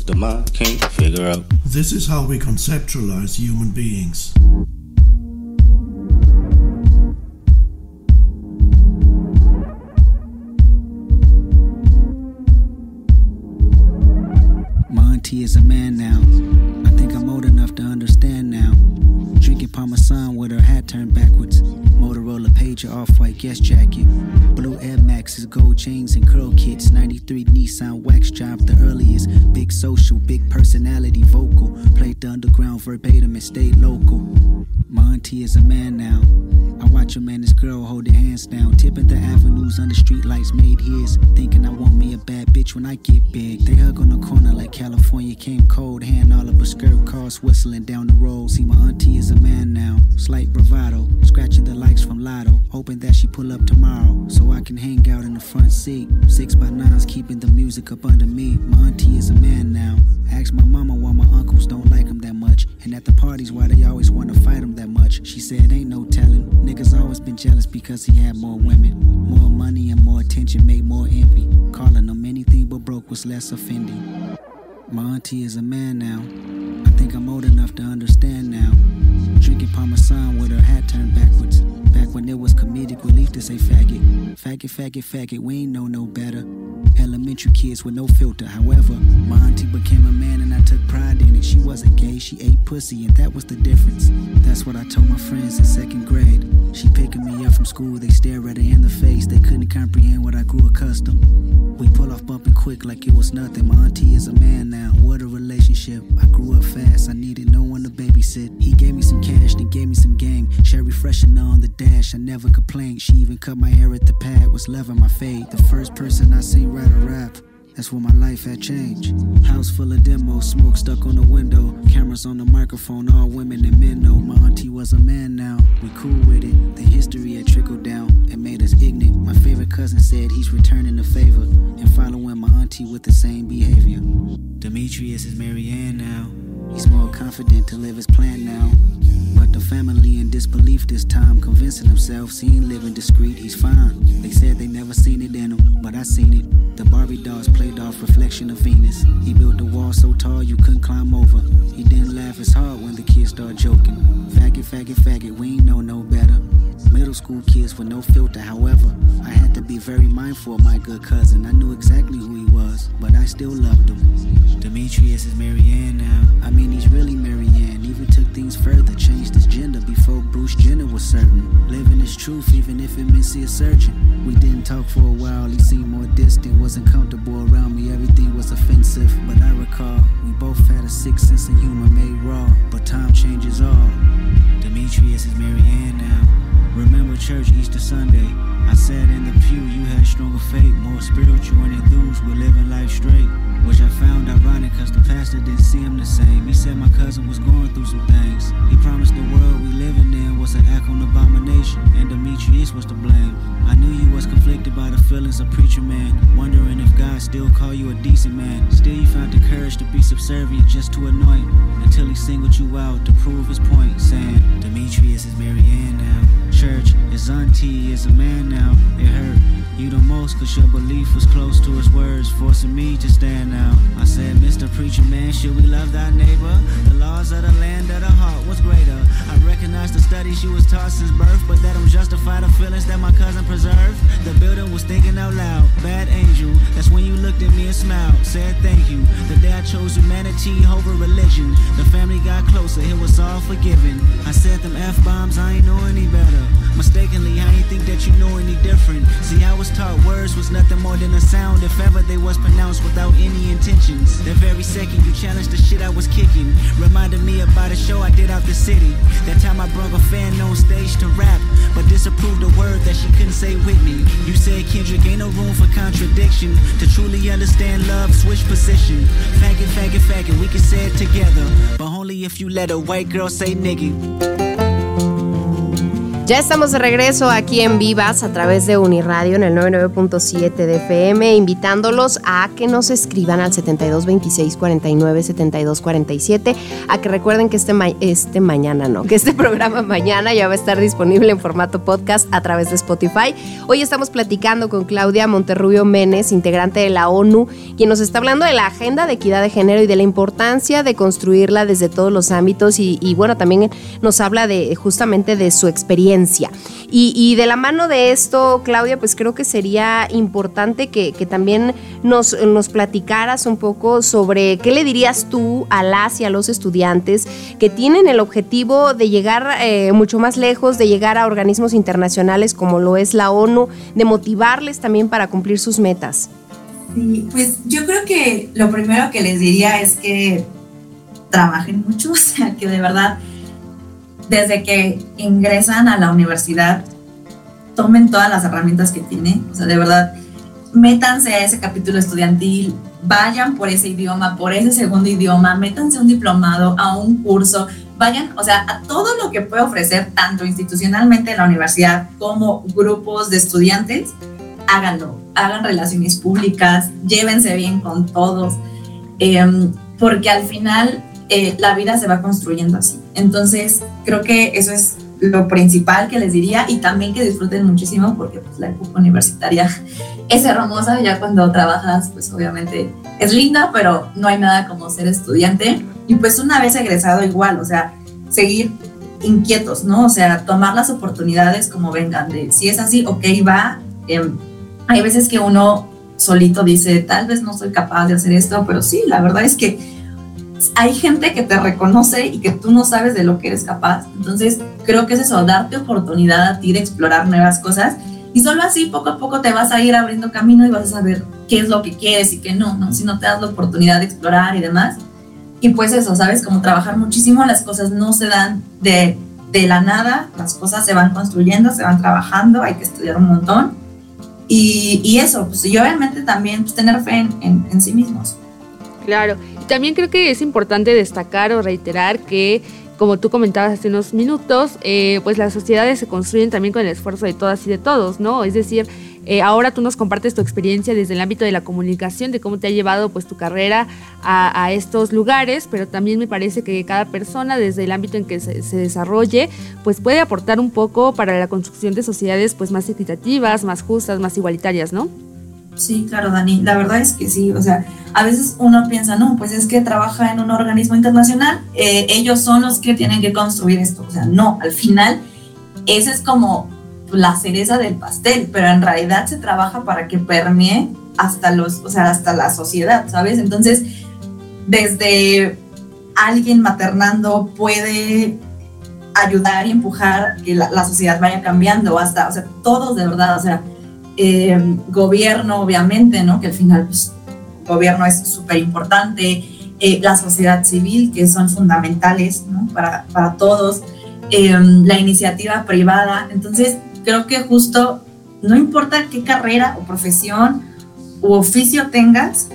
This is how we conceptualize human beings. He is a man now. I think I'm old enough to understand now. Drinking Parmesan with her hat turned backwards. Motorola pager, off-white guest jacket. Blue Air Maxes, gold chains and curl kits. ninety-three Nissan wax job, the earliest. Big social, big personality, vocal. Played the underground verbatim and stayed local. My auntie is a man now. I watch him and his girl hold their hands down. Tipping the avenues under street lights made his. Thinking I want me a bad bitch when I get big. They hug on the corner like California came cold. Hand all of her skirt cars whistling down the road. See, my auntie is a man now. Slight bravado. Scratching the likes from Lotto. Hoping that she pull up tomorrow so I can hang out in the front seat. Six by nines keeping the music up under me. My auntie is a man now. Asked my mama why my uncles don't like him that much. And at the parties why they always want to fight him that much. She said ain't no telling. Niggas always been jealous because he had more women. More money and more attention made more envy. Calling him anything but broke was less offending. My auntie is a man now. I think I'm old enough to understand now. Drinking Parmesan with her hat turned backwards. Back when it was comedic relief to say faggot. Faggot, faggot, faggot, we ain't know no better. Elementary kids with no filter. However, my auntie became a man and I took pride in it. She wasn't gay, she ate pussy and that was the difference. That's what I told my friends in second grade. She picking me up from school, they stare at her in the face. They couldn't comprehend what I grew accustomed. We pull off bumping quick like it was nothing. My auntie is a man now, what a relationship. I grew up fast, I needed no one to babysit. He gave me some cash, then gave me some game. Sherry freshener on the dash, I never complained. She even cut my hair at the pad, was loving my fade. The first person I seen write a rap, that's when my life had changed. House full of demos, smoke stuck on the window. Cameras on the microphone, all women and men know. My auntie was a man now, we cool with it. The history had trickled down and made us ignorant. My favorite cousin said he's returning the favor and following my auntie with the same behavior. Demetrius is Marianne now. He's more confident to live his plan now. But the family in disbelief this time, convincing himself he ain't living discreet, he's fine. They said they never seen it in him, but I seen it. The Barbie dolls played off reflection of Venus. He built a wall so tall you couldn't climb over. He didn't laugh as hard when the kids started joking. Faggot, faggot, faggot, we ain't know no better. Middle school kids with no filter, however, I had to be very mindful of my good cousin. I knew exactly who he was, but I still loved him. Demetrius is Marianne now. I mean, he's really Marianne. Even took things further, changed his gender before Bruce Jenner was certain. Living his truth, even if it meant see a surgeon. We didn't talk for a while, he seemed more distant. Wasn't comfortable around me, everything was offensive. But I recall, we both had a sick sense of humor made raw. But time changes all. Demetrius is Marianne now. Remember church Easter Sunday. I sat in the pew, you had stronger faith, more spiritual and enthused with living life straight. Which I found ironic cause the past pastor didn't see him the same. He said my cousin was going through some things. He promised the world we living in was an act on abomination, and Demetrius was to blame. I knew you was conflicted by the feelings of preacher man, wondering if God still call you a decent man. Still you found the courage to be subservient just to anoint, until he singled you out to prove his point, saying, Demetrius is Mary Ann now. Church, his auntie is a man now. It hurt you the most cause your belief was close to his words, forcing me to stand out. I said, Mister Preacher Man, should we love thy neighbor? The laws of the land of the heart was greater. I recognize the studies you was taught since birth, but that don't justify the feelings that my cousin preserved. The building was thinking out loud, bad angel. That's when you looked at me and smiled, said thank you. The day I chose humanity over religion, the family got closer, it was all forgiven. I said them F-bombs, I ain't know any better. Mistakenly, I ain't think that you know any different. See, I was taught words was nothing more than a sound, if ever they was pronounced without any intentions. The very second you challenged the shit I was kicking, reminded me about a show I did out the city. That time I brought a fan on stage to rap, but disapproved a word that she couldn't say with me. You said, Kendrick, ain't no room for contradiction. To truly understand love, switch position. Faggot, faggot, faggot, we can say it together, but only if you let a white girl say nigga. Ya estamos de regreso aquí en Vivas a través de Uniradio en el noventa y nueve punto siete de F M, invitándolos a que nos escriban al setenta y dos veintiséis cuarenta y nueve setenta y dos cuarenta y siete, a que recuerden que este, ma- este mañana no, que este programa mañana ya va a estar disponible en formato podcast a través de Spotify. Hoy estamos platicando con Claudia Monterrubio Menes, integrante de la ONU, quien nos está hablando de la agenda de equidad de género y de la importancia de construirla desde todos los ámbitos y, y bueno, también nos habla de justamente de su experiencia. Y, y de la mano de esto, Claudia, pues creo que sería importante que, que también nos, nos platicaras un poco sobre qué le dirías tú a las y a los estudiantes que tienen el objetivo de llegar eh, mucho más lejos, de llegar a organismos internacionales como lo es la ONU, de motivarles también para cumplir sus metas. Sí, pues yo creo que lo primero que les diría es que trabajen mucho, o sea, que de verdad desde que ingresan a la universidad, tomen todas las herramientas que tienen, o sea, de verdad, métanse a ese capítulo estudiantil, vayan por ese idioma, por ese segundo idioma, métanse a un diplomado, a un curso, vayan, o sea, a todo lo que puede ofrecer tanto institucionalmente en la universidad como grupos de estudiantes, háganlo, hagan relaciones públicas, llévense bien con todos, eh, porque al final eh, la vida se va construyendo así. Entonces, creo que eso es lo principal que les diría, y también que disfruten muchísimo porque pues, la época universitaria es hermosa. Ya cuando trabajas, pues obviamente es linda, pero no hay nada como ser estudiante. Y pues una vez egresado igual, o sea, seguir inquietos, ¿no? O sea, tomar las oportunidades como vengan, de si es así, ok, va. Eh, hay veces que uno solito dice, tal vez no soy capaz de hacer esto, pero sí, la verdad es que hay gente que te reconoce y que tú no sabes de lo que eres capaz. Entonces creo que es eso, darte oportunidad a ti de explorar nuevas cosas, y solo así poco a poco te vas a ir abriendo camino y vas a saber qué es lo que quieres y qué no, ¿no? Si no te das la oportunidad de explorar y demás. Y pues eso, ¿sabes? Como trabajar muchísimo, las cosas no se dan de, de la nada, las cosas se van construyendo, se van trabajando, hay que estudiar un montón. Y, y eso, pues y obviamente también pues, tener fe en, en, en sí mismos. Claro, y también creo que es importante destacar o reiterar que, como tú comentabas hace unos minutos, eh, pues las sociedades se construyen también con el esfuerzo de todas y de todos, ¿no? Es decir, eh, ahora tú nos compartes tu experiencia desde el ámbito de la comunicación, de cómo te ha llevado pues tu carrera a, a estos lugares, pero también me parece que cada persona desde el ámbito en que se, se desarrolle, pues puede aportar un poco para la construcción de sociedades pues más equitativas, más justas, más igualitarias, ¿no? Sí, claro, Dani, la verdad es que sí, o sea, a veces uno piensa, no, pues es que trabaja en un organismo internacional, eh, ellos son los que tienen que construir esto, o sea, no, al final, esa es como la cereza del pastel, pero en realidad se trabaja para que permee hasta los, o sea, hasta la sociedad, ¿sabes? Entonces, desde alguien maternando puede ayudar y empujar que la, la sociedad vaya cambiando, hasta, o sea, todos de verdad, o sea, Eh, gobierno obviamente, ¿no? Que al final pues gobierno es súper importante, eh, la sociedad civil, que son fundamentales, ¿no? para, para todos, eh, la iniciativa privada. Entonces creo que justo no importa qué carrera o profesión u oficio tengas,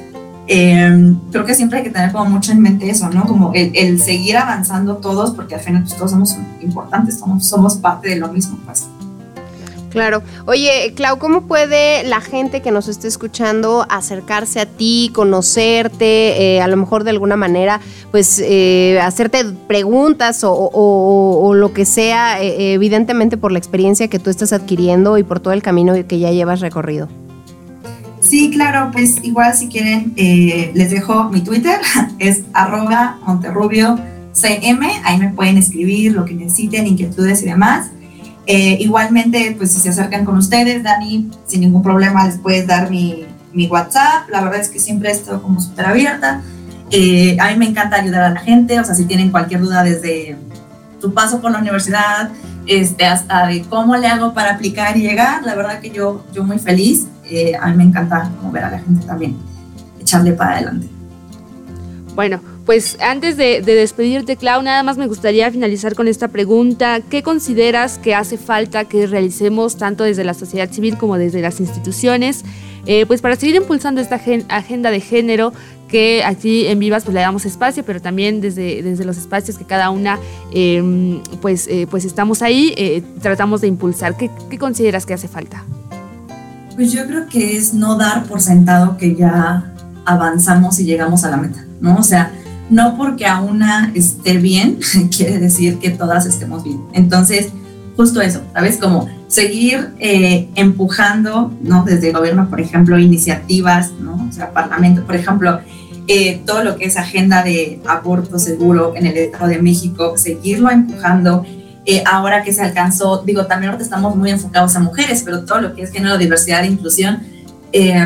Eh, creo que siempre hay que tener como mucho en mente eso, ¿no? Como el, el seguir avanzando todos, porque al final pues, todos somos importantes, somos, somos parte de lo mismo, pues. Claro. Oye, Clau, ¿cómo puede la gente que nos esté escuchando acercarse a ti, conocerte, eh, a lo mejor de alguna manera, pues eh, hacerte preguntas o, o, o lo que sea, eh, evidentemente por la experiencia que tú estás adquiriendo y por todo el camino que ya llevas recorrido? Sí, claro, pues igual si quieren eh, les dejo mi Twitter, es arroba monterrubio cm, ahí me pueden escribir lo que necesiten, inquietudes y demás. Eh, igualmente, pues si se acercan con ustedes, Dani, sin ningún problema les puedes dar mi, mi WhatsApp, la verdad es que siempre estoy como súper abierta. Eh, a mí me encanta ayudar a la gente, o sea, si tienen cualquier duda desde tu paso por la universidad, este, hasta de cómo le hago para aplicar y llegar, la verdad que yo, yo muy feliz. Eh, a mí me encanta mover a la gente también, echarle para adelante. Bueno, pues antes de, de despedirte, Clau, nada más me gustaría finalizar con esta pregunta. ¿Qué consideras que hace falta que realicemos tanto desde la sociedad civil como desde las instituciones, eh, pues para seguir impulsando esta gen- agenda de género que aquí en Vivas pues le damos espacio, pero también desde, desde los espacios que cada una eh, pues, eh, pues estamos ahí, eh, tratamos de impulsar? ¿Qué, qué consideras que hace falta? Pues yo creo que es no dar por sentado que ya avanzamos y llegamos a la meta, ¿no? O sea, no porque a una esté bien, quiere decir que todas estemos bien. Entonces, justo eso, ¿sabes? Como seguir eh, empujando, ¿no? Desde el gobierno, por ejemplo, iniciativas, ¿no? O sea, parlamento, por ejemplo, eh, todo lo que es agenda de aborto seguro en el Estado de México, seguirlo empujando. Eh, ahora que se alcanzó, digo, también ahora estamos muy enfocados a mujeres, pero todo lo que es género, diversidad e inclusión, eh,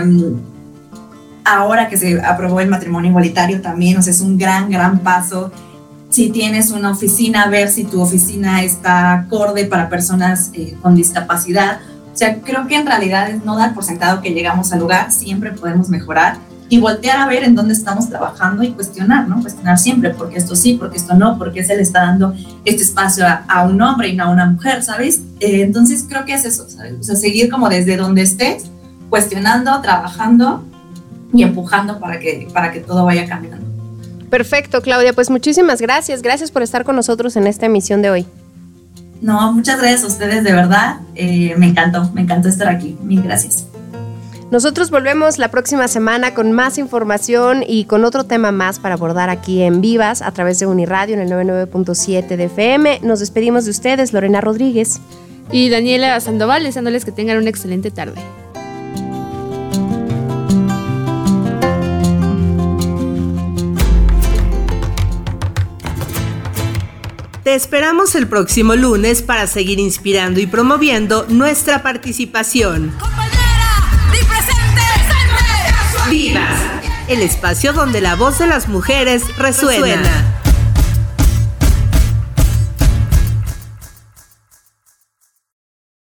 ahora que se aprobó el matrimonio igualitario también, o sea, es un gran, gran paso. Si tienes una oficina, ver si tu oficina está acorde para personas eh, con discapacidad. O sea, creo que en realidad es no dar por sentado que llegamos al lugar, siempre podemos mejorar y voltear a ver en dónde estamos trabajando y cuestionar, ¿no? Cuestionar siempre, porque esto sí, porque esto no, porque se le está dando este espacio a, a un hombre y no a una mujer, ¿sabes? Eh, entonces creo que es eso, ¿sabes? O sea, seguir como desde donde estés, cuestionando, trabajando y empujando para que, para que todo vaya caminando. Perfecto, Claudia, pues muchísimas gracias, gracias por estar con nosotros en esta emisión de hoy. No, muchas gracias a ustedes, de verdad, eh, me encantó, me encantó estar aquí, mil gracias. Nosotros volvemos la próxima semana con más información y con otro tema más para abordar aquí en Vivas a través de Uniradio en el noventa y nueve punto siete de F M. Nos despedimos de ustedes, Lorena Rodríguez y Daniela Sandoval, deseándoles que tengan una excelente tarde. Te esperamos el próximo lunes para seguir inspirando y promoviendo nuestra participación. Vivas, el espacio donde la voz de las mujeres resuena. resuena.